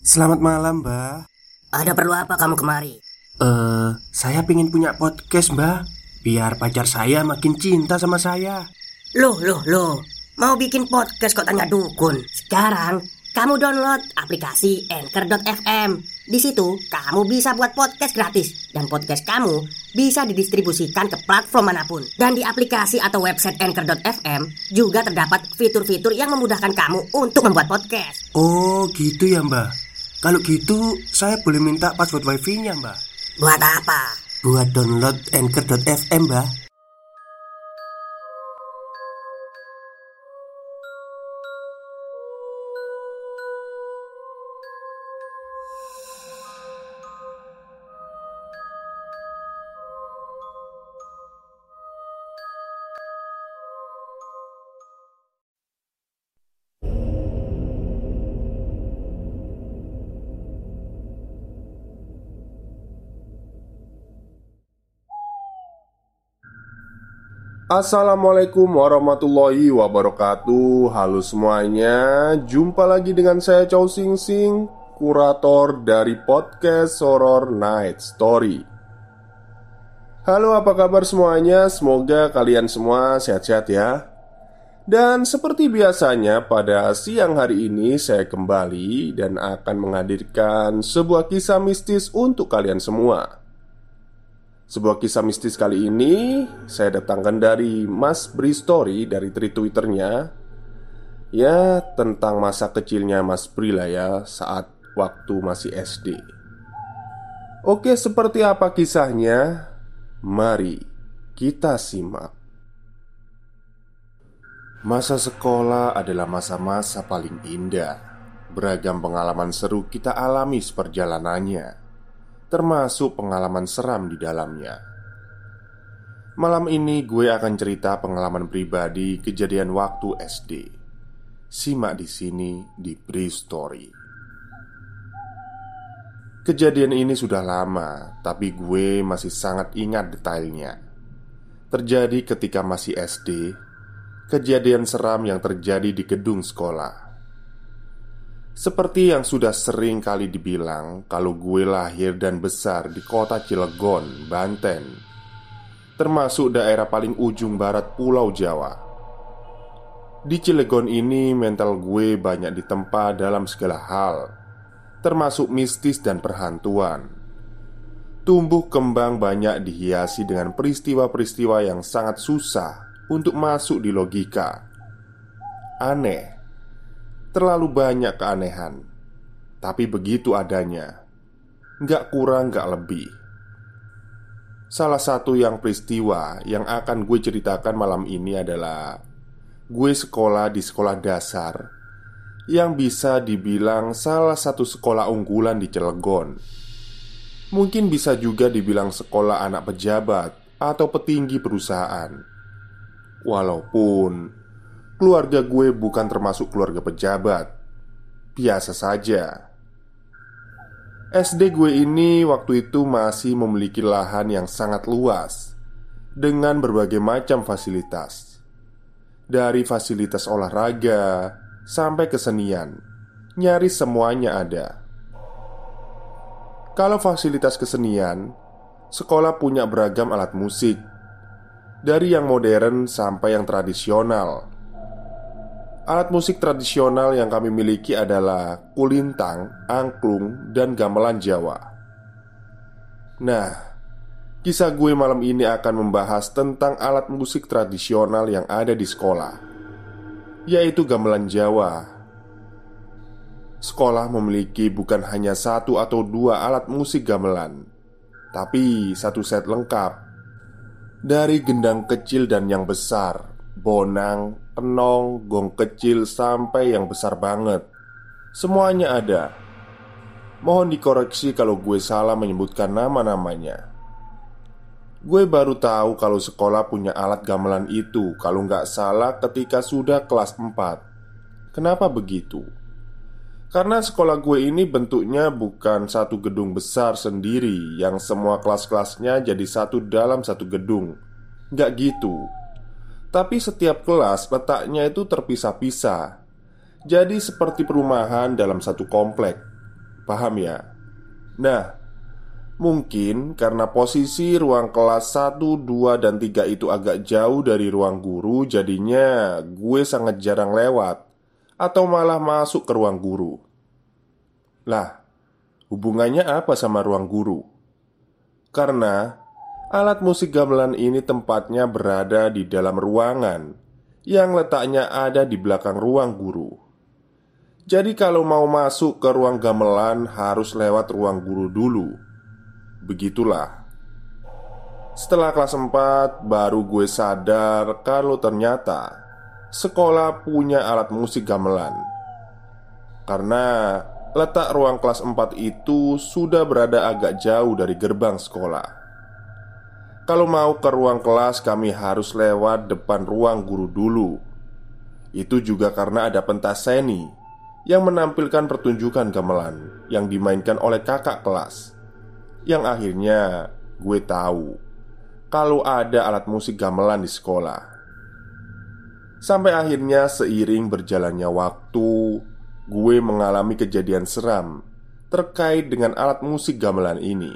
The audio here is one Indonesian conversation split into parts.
Selamat malam, Mbak. Ada perlu apa kamu kemari? Saya pengen punya podcast, Mbak. Biar pacar saya makin cinta sama saya. Loh. Mau bikin podcast kok tanya dukun? Sekarang kamu download aplikasi Anchor.fm. Di situ kamu bisa buat podcast gratis. Dan podcast kamu bisa didistribusikan ke platform manapun. Dan di aplikasi atau website Anchor.fm juga terdapat fitur-fitur yang memudahkan kamu untuk membuat podcast. Oh, gitu ya, Mbak. Kalau gitu, saya boleh minta password wifi-nya, Mbak. Buat apa? Buat download Anchor.fm, Mbak. Assalamualaikum warahmatullahi wabarakatuh. Halo semuanya, jumpa lagi dengan saya Chow Sing Sing, kurator dari podcast Horror Night Story. Halo, apa kabar semuanya? Semoga kalian semua sehat-sehat ya. Dan seperti biasanya pada siang hari ini saya kembali dan akan menghadirkan sebuah kisah mistis untuk kalian semua. Sebuah kisah mistis kali ini saya datangkan dari Mas Bri Story, dari Twitternya. Ya, tentang masa kecilnya Mas Bri lah ya, saat waktu masih SD. Oke, seperti apa kisahnya? Mari kita simak. Masa sekolah adalah masa-masa paling indah. Beragam pengalaman seru kita alami seperjalanannya, termasuk pengalaman seram di dalamnya. Malam ini gue akan cerita pengalaman pribadi kejadian waktu SD. Simak di sini di Bri Story. Kejadian ini sudah lama, tapi gue masih sangat ingat detailnya. Terjadi ketika masih SD. Kejadian seram yang terjadi di gedung sekolah. Seperti yang sudah sering kali dibilang, kalau gue lahir dan besar di kota Cilegon, Banten, termasuk daerah paling ujung barat Pulau Jawa. Di Cilegon ini mental gue banyak ditempa dalam segala hal, termasuk mistis dan perhantuan. Tumbuh kembang banyak dihiasi dengan peristiwa-peristiwa yang sangat susah untuk masuk di logika. Aneh, terlalu banyak keanehan, tapi begitu adanya, nggak kurang nggak lebih. Salah satu yang peristiwa yang akan gue ceritakan malam ini adalah gue sekolah di sekolah dasar yang bisa dibilang salah satu sekolah unggulan di Cilegon. Mungkin bisa juga dibilang sekolah anak pejabat atau petinggi perusahaan. Walaupun keluarga gue bukan termasuk keluarga pejabat, biasa saja. SD gue ini waktu itu masih memiliki lahan yang sangat luas, dengan berbagai macam fasilitas. Dari fasilitas olahraga sampai kesenian, nyaris semuanya ada. Kalau fasilitas kesenian, sekolah punya beragam alat musik, dari yang modern sampai yang tradisional. Alat musik tradisional yang kami miliki adalah kulintang, angklung, dan gamelan Jawa. Nah, kisah gue malam ini akan membahas tentang alat musik tradisional yang ada di sekolah, yaitu gamelan Jawa. Sekolah memiliki bukan hanya satu atau dua alat musik gamelan, tapi satu set lengkap. Dari gendang kecil dan yang besar, bonang, kenong, gong kecil sampai yang besar banget, semuanya ada. Mohon dikoreksi kalau gue salah menyebutkan nama-namanya. Gue baru tahu kalau sekolah punya alat gamelan itu kalau nggak salah ketika sudah kelas 4. Kenapa begitu? Karena sekolah gue ini bentuknya bukan satu gedung besar sendiri yang semua kelas-kelasnya jadi satu dalam satu gedung. Nggak gitu. Tapi setiap kelas letaknya itu terpisah-pisah. Jadi seperti perumahan dalam satu komplek. Paham ya? Nah, mungkin karena posisi ruang kelas 1, 2, dan 3 itu agak jauh dari ruang guru, jadinya gue sangat jarang lewat atau malah masuk ke ruang guru. Lah, hubungannya apa sama ruang guru? Karena alat musik gamelan ini tempatnya berada di dalam ruangan yang letaknya ada di belakang ruang guru. Jadi kalau mau masuk ke ruang gamelan harus lewat ruang guru dulu. Begitulah. Setelah kelas 4 baru gue sadar kalau ternyata sekolah punya alat musik gamelan. Karena letak ruang kelas 4 itu sudah berada agak jauh dari gerbang sekolah. Kalau mau ke ruang kelas kami harus lewat depan ruang guru dulu. Itu juga karena ada pentas seni yang menampilkan pertunjukan gamelan yang dimainkan oleh kakak kelas. Yang akhirnya gue tahu kalau ada alat musik gamelan di sekolah. Sampai akhirnya seiring berjalannya waktu, gue mengalami kejadian seram terkait dengan alat musik gamelan ini.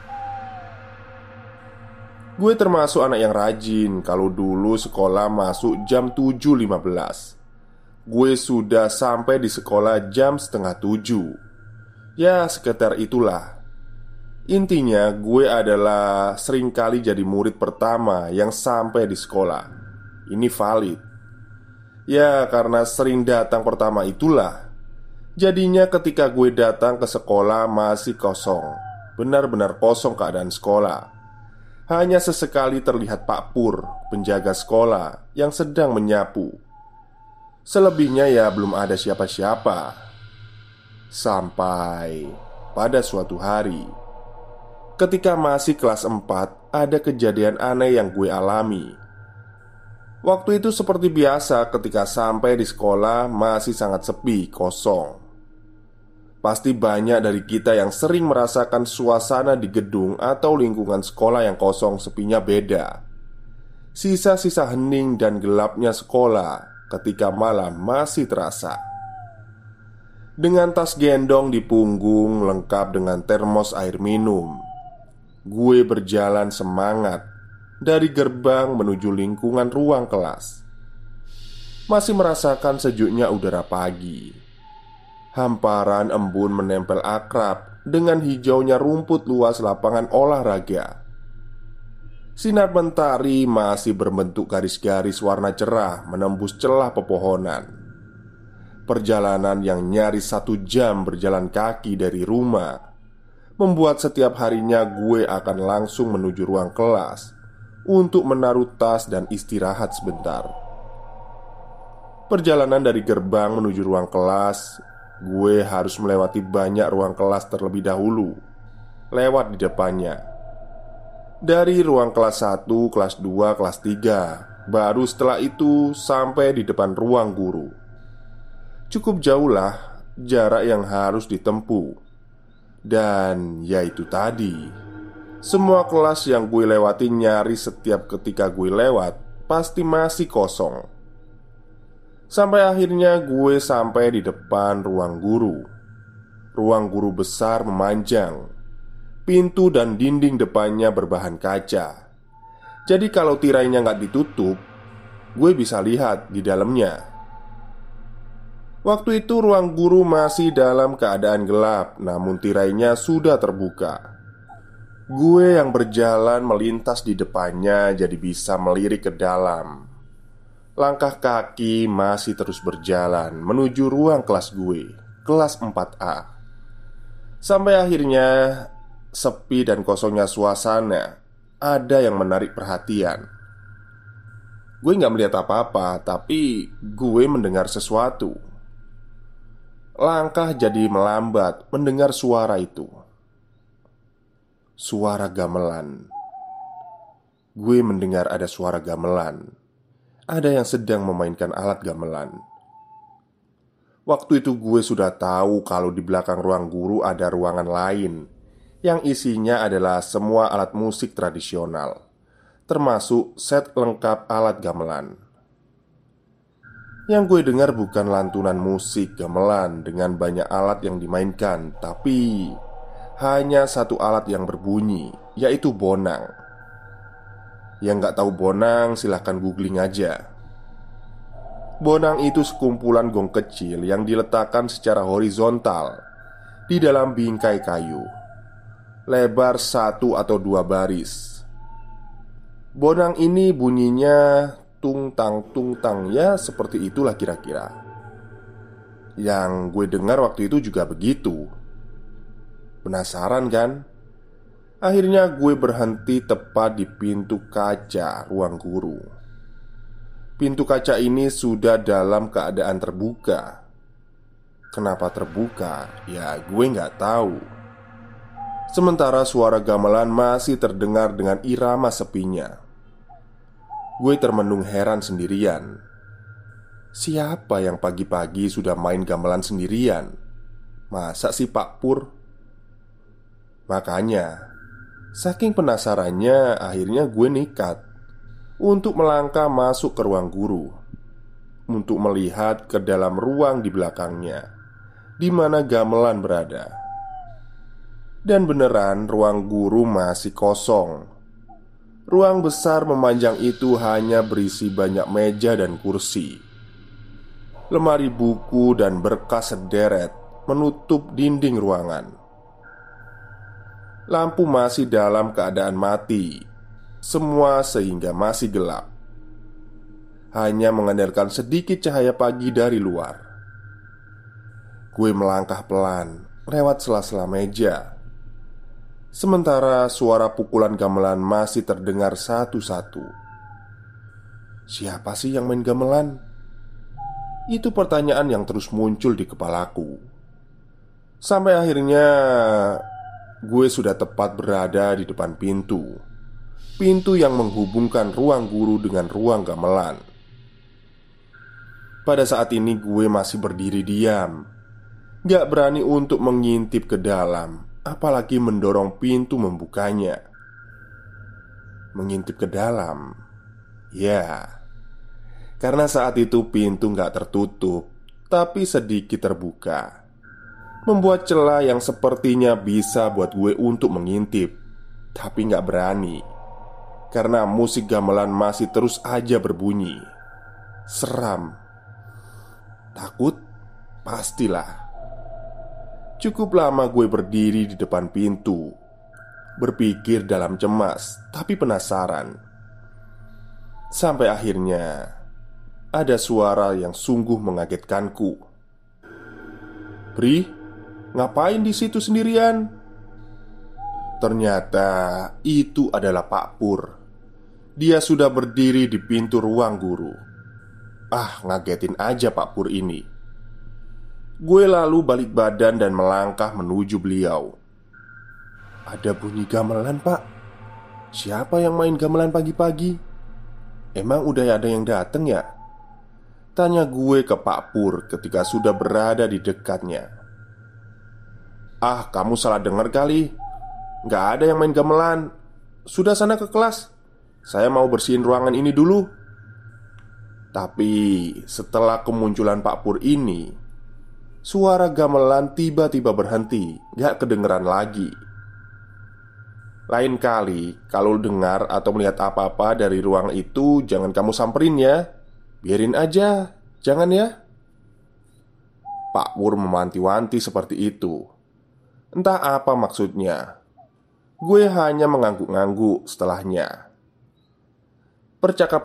Gue termasuk anak yang rajin. Kalau dulu sekolah masuk jam 7.15, gue sudah sampai di sekolah jam setengah 7. Ya sekitar itulah. Intinya gue adalah seringkali jadi murid pertama yang sampai di sekolah. Ini valid. Ya karena sering datang pertama itulah, jadinya ketika gue datang ke sekolah masih kosong. Benar-benar kosong keadaan sekolah. Hanya sesekali terlihat Pak Pur, penjaga sekolah, yang sedang menyapu. Selebihnya ya belum ada siapa-siapa. Sampai pada suatu hari, ketika masih kelas 4, ada kejadian aneh yang gue alami. Waktu itu seperti biasa, ketika sampai di sekolah masih sangat sepi, kosong. Pasti banyak dari kita yang sering merasakan suasana di gedung atau lingkungan sekolah yang kosong, sepinya beda. Sisa-sisa hening dan gelapnya sekolah ketika malam masih terasa. Dengan tas gendong di punggung lengkap dengan termos air minum, gue berjalan semangat dari gerbang menuju lingkungan ruang kelas. Masih merasakan sejuknya udara pagi. Hamparan embun menempel akrab dengan hijaunya rumput luas lapangan olahraga. Sinar mentari masih berbentuk garis-garis warna cerah menembus celah pepohonan. Perjalanan yang nyaris 1 jam berjalan kaki dari rumah membuat setiap harinya gue akan langsung menuju ruang kelas untuk menaruh tas dan istirahat sebentar. Perjalanan dari gerbang menuju ruang kelas, gue harus melewati banyak ruang kelas terlebih dahulu. Lewat di depannya. Dari ruang kelas 1, kelas 2, kelas 3, baru setelah itu sampai di depan ruang guru. Cukup jauhlah jarak yang harus ditempuh. Dan ya itu tadi, semua kelas yang gue lewati nyaris setiap ketika gue lewat pasti masih kosong. Sampai akhirnya gue sampai di depan ruang guru. Ruang guru besar memanjang. Pintu dan dinding depannya berbahan kaca. Jadi kalau tirainya nggak ditutup, gue bisa lihat di dalamnya. Waktu itu ruang guru masih dalam keadaan gelap, namun tirainya sudah terbuka. Gue yang berjalan melintas di depannya jadi bisa melirik ke dalam. Langkah kaki masih terus berjalan menuju ruang kelas gue, kelas 4A. Sampai akhirnya sepi dan kosongnya suasana ada yang menarik perhatian. Gue gak melihat apa-apa, tapi gue mendengar sesuatu. Langkah jadi melambat mendengar suara itu. Suara gamelan. Gue mendengar ada suara gamelan. Ada yang sedang memainkan alat gamelan. Waktu itu gue sudah tahu kalau di belakang ruang guru ada ruangan lain yang isinya adalah semua alat musik tradisional, termasuk set lengkap alat gamelan. Yang gue dengar bukan lantunan musik gamelan dengan banyak alat yang dimainkan, tapi hanya satu alat yang berbunyi, yaitu bonang. Yang gak tahu bonang silahkan googling aja. Bonang itu sekumpulan gong kecil yang diletakkan secara horizontal di dalam bingkai kayu, lebar 1 atau 2 baris. Bonang ini bunyinya tung tang, ya seperti itulah kira-kira. Yang gue dengar waktu itu juga begitu. Penasaran kan? Akhirnya gue berhenti tepat di pintu kaca ruang guru. Pintu kaca ini sudah dalam keadaan terbuka. Kenapa terbuka? Ya gue nggak tahu. Sementara suara gamelan masih terdengar dengan irama sepinya. Gue termenung heran sendirian. Siapa yang pagi-pagi sudah main gamelan sendirian? Masa sih Pak Pur? Makanya, saking penasarannya akhirnya gue nekat untuk melangkah masuk ke ruang guru, untuk melihat ke dalam ruang di belakangnya, di mana gamelan berada. Dan beneran ruang guru masih kosong. Ruang besar memanjang itu hanya berisi banyak meja dan kursi. Lemari buku dan berkas sederet menutup dinding ruangan. Lampu masih dalam keadaan mati. Semua sehingga masih gelap. Hanya mengandalkan sedikit cahaya pagi dari luar. Gue melangkah pelan lewat sela-sela meja. Sementara suara pukulan gamelan masih terdengar satu-satu. Siapa sih yang main gamelan? Itu pertanyaan yang terus muncul di kepalaku. Sampai akhirnya gue sudah tepat berada di depan pintu. Pintu yang menghubungkan ruang guru dengan ruang gamelan. Pada saat ini gue masih berdiri diam, gak berani untuk mengintip ke dalam, apalagi mendorong pintu membukanya. Mengintip ke dalam, ya, karena saat itu pintu gak tertutup, tapi sedikit terbuka, membuat celah yang sepertinya bisa buat gue untuk mengintip, tapi gak berani. Karena musik gamelan masih terus aja berbunyi. Seram. Takut? Pastilah. Cukup lama gue berdiri di depan pintu, berpikir dalam cemas, tapi penasaran. Sampai akhirnya ada suara yang sungguh mengagetkanku. "Pri, ngapain di situ sendirian?" Ternyata itu adalah Pak Pur. Dia sudah berdiri di pintu ruang guru. Ah, ngagetin aja Pak Pur ini. Gue lalu balik badan dan melangkah menuju beliau. "Ada bunyi gamelan, Pak. Siapa yang main gamelan pagi-pagi? Emang udah ada yang dateng ya?" Tanya gue ke Pak Pur ketika sudah berada di dekatnya. "Ah, kamu salah dengar kali. Nggak ada yang main gamelan. Sudah sana ke kelas. Saya mau bersihin ruangan ini dulu." Tapi setelah kemunculan Pak Pur ini, suara gamelan tiba-tiba berhenti, nggak kedengeran lagi. Lain kali kalau dengar atau melihat apa-apa dari ruang itu, jangan kamu samperin ya. Biarin aja, jangan ya. Pak Pur memanti-wanti seperti itu. Entah apa maksudnya. Gue hanya mengangguk-ngangguk setelahnya. Percakapan